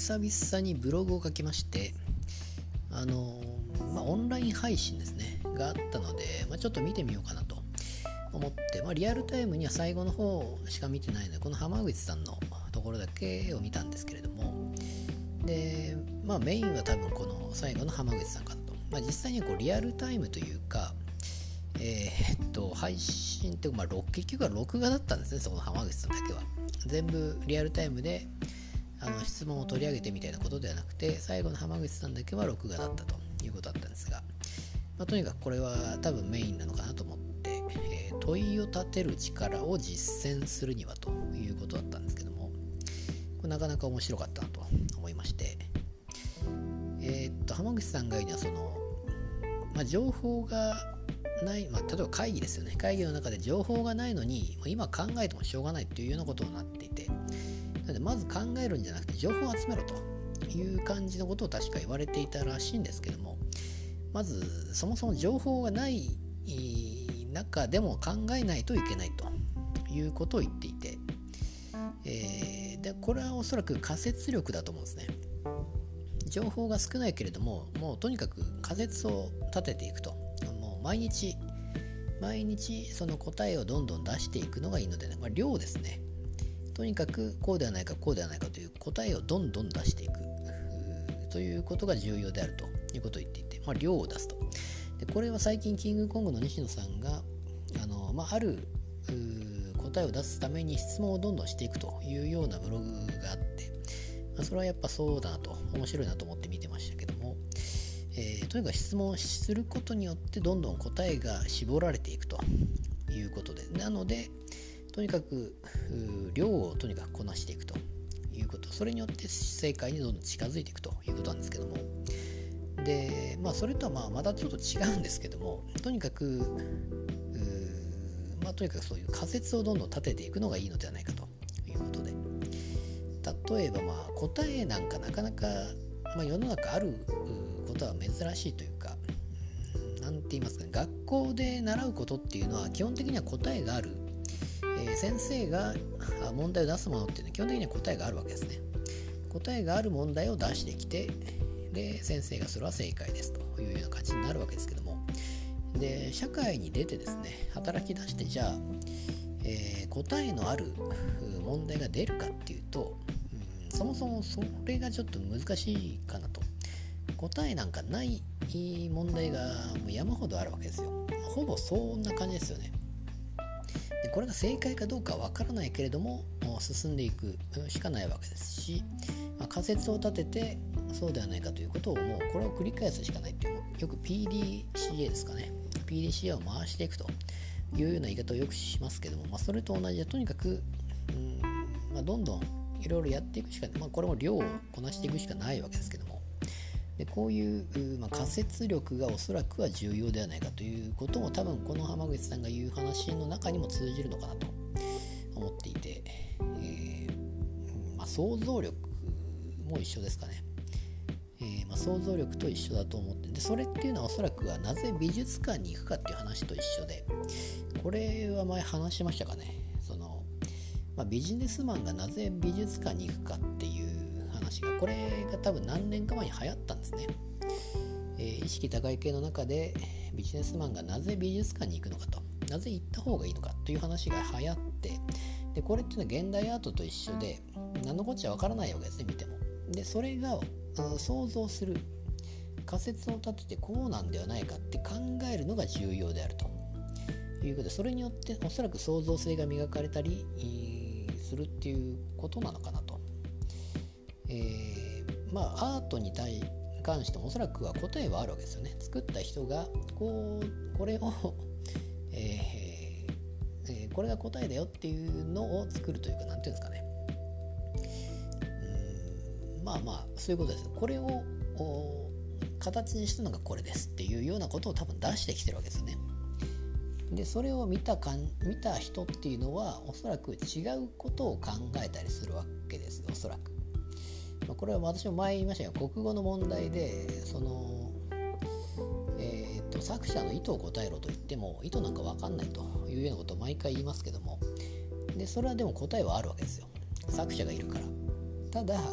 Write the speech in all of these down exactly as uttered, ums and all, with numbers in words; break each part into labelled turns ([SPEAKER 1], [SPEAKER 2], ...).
[SPEAKER 1] 久々にブログを書きまして、あのまあ、オンライン配信ですねがあったので、まあ、ちょっと見てみようかなと思って、まあ、リアルタイムには最後の方しか見てないので、この浜口さんのところだけを見たんですけれども、で、まあ、メインは多分この最後の浜口さんかなと、まあ、実際にこうリアルタイムというか、えー、っと配信って、まあ、結局は録画だったんですね。そこの浜口さんだけは全部リアルタイムであの質問を取り上げてみたいなことではなくて、最後の浜口さんだけは録画だったということだったんですが、まあ、とにかくこれは多分メインなのかなと思って、えー、問いを立てる力を実践するにはということだったんですけども、これなかなか面白かったなと思いまして、えー、っと浜口さんが言うにはその、まあ、情報がない、まあ、例えば会議ですよね。会議の中で情報がないのに今考えてもしょうがないというようなことになっていて、なのでまず考えるんじゃなくて情報を集めろという感じのことを確か言われていたらしいんですけども、まずそもそも情報がない中でも考えないといけないということを言っていて、えー、でこれはおそらく仮説力だと思うんですね。情報が少ないけれども、もうとにかく仮説を立てていくと、もう毎日毎日その答えをどんどん出していくのがいいので、ね、まあ、量ですね。とにかくこうではないかこうではないかという答えをどんどん出していくということが重要であるということを言っていて、まあ、量を出すと。でこれは最近キングコングの西野さんがあの、まあ、ある答えを出すために質問をどんどんしていくというようなブログがあって、まあ、それはやっぱそうだなと、面白いなと思って見てましたけども、えー、とにかく質問することによってどんどん答えが絞られていくということで、なのでとにかく量をとにかくこなしていくということ、それによって正解にどんどん近づいていくということなんですけども、で、まあ、それとはまあまたちょっと違うんですけども、とにかくまあ、とにかくそういう仮説をどんどん立てていくのがいいのではないかということで、例えばまあ答えなんかなかなか、まあ、世の中あることは珍しいというか、なんて言いますかね、学校で習うことっていうのは基本的には答えがある、えー、先生が問題を出すものっていうのは基本的には答えがあるわけですね。答えがある問題を出してきて、で先生がそれは正解ですというような感じになるわけですけども、で社会に出てですね、働き出して、じゃあ、えー、答えのある問題が出るかっていうと、うん、そもそもそれがちょっと難しいかなと。答えなんかない問題がもう山ほどあるわけですよ。ほぼそんな感じですよね。でこれが正解かどうかは分からないけれども進んでいくしかないわけですし、まあ、仮説を立ててそうではないかということをもうこれを繰り返すしかないっていう、よく ピーディーシーエー ですかね、 ピーディーシーエー を回していくというような言い方をよくしますけども、まあ、それと同じでとにかく、うんまあ、どんどんいろいろやっていくしかない、まあ、これも量をこなしていくしかないわけですけども、でこういう、まあ、仮説力がおそらくは重要ではないかということも多分この浜口さんが言う話の中にも通じるのかなと思っていて、えーまあ、想像力も一緒ですかね。えーまあ、想像力と一緒だと思って、でそれっていうのはおそらくはなぜ美術館に行くかっていう話と一緒で、これは前話しましたかね。その、まあ、ビジネスマンがなぜ美術館に行くかっていう話が、これが多分何年か前に流行ったんですね。えー、意識高い系の中でビジネスマンがなぜ美術館に行くのかと、なぜ行った方がいいのかという話が流行って、でこれっていうのは現代アートと一緒で何のこっちゃわからないわけですね、見ても。でそれが想像する、仮説を立ててこうなんではないかって考えるのが重要であるということで、それによっておそらく創造性が磨かれたりするっていうことなのかなと。えー、まあアートに対関してもおそらくは答えはあるわけですよね。作った人がこうこれを、えーえー、これが答えだよっていうのを作るというか、なんていうんですかね、まあまあそういうことです。これを形にしたのがこれですっていうようなことを多分出してきてるわけですよね。でそれを見たかん見た人っていうのはおそらく違うことを考えたりするわけです。おそらく、まあ、これは私も前言いましたが、国語の問題でその、えー、と作者の意図を答えろと言っても意図なんか分かんないというようなことを毎回言いますけども、でそれはでも答えはあるわけですよ。作者がいるから。ただ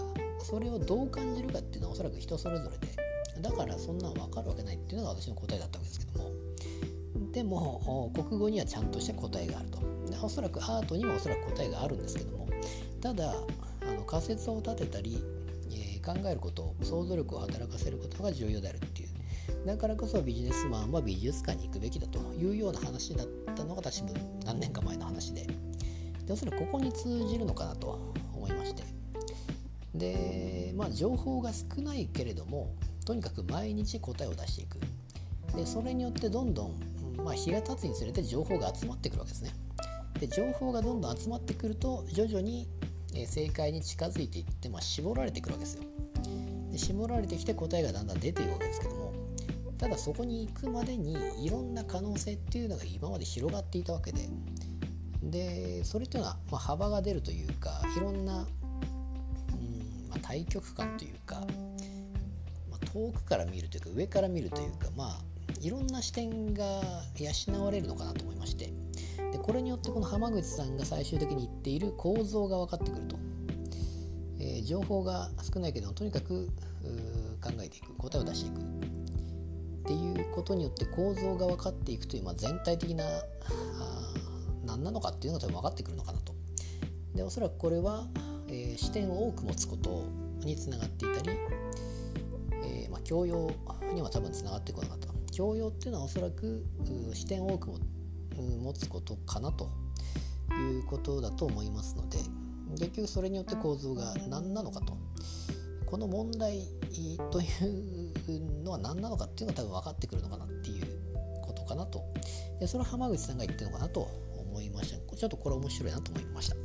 [SPEAKER 1] それをどう感じるかっていうのはおそらく人それぞれで、だからそんなの分かるわけないっていうのが私の答えだったわけですけども、でも国語にはちゃんとした答えがあると。でおそらくアートにもおそらく答えがあるんですけども、ただあの仮説を立てたり、えー、考えること、想像力を働かせることが重要であるっていう、だからこそビジネスマンは美術館に行くべきだというような話だったのが私も何年か前の話で、でおそらくここに通じるのかなと思いまして、でまあ情報が少ないけれどもとにかく毎日答えを出していく。でそれによってどんどん、まあ、日が経つにつれて情報が集まってくるわけですね。で情報がどんどん集まってくると徐々に正解に近づいていって、まあ、絞られてくるわけですよ。で絞られてきて答えがだんだん出ていくわけですけども、ただそこに行くまでにいろんな可能性っていうのが今まで広がっていたわけで、でそれっていうのは、まあ、幅が出るというか、いろんな、うんまあ、対極感というか、まあ、遠くから見るというか上から見るというか、まあいろんな視点が養われるのかなと思いまして、でこれによってこの浜口さんが最終的に言っている構造が分かってくると、えー、情報が少ないけどもとにかく考えていく、答えを出していくっていうことによって構造が分かっていくという、まあ、全体的な何なのかっていうのが多分分かってくるのかなと。でおそらくこれは、えー、視点を多く持つことにつながっていたり、えーまあ、教養には多分つながっていくのかと。教養っていうのはおそらく視点を多くも持つことかなということだと思いますので、結局それによって構造が何なのかと、この問題というのは何なのかっていうのが多分分かってくるのかなっていうことかなと。でそれを浜口さんが言ってるのかなと思いました。ちょっとこれ面白いなと思いました。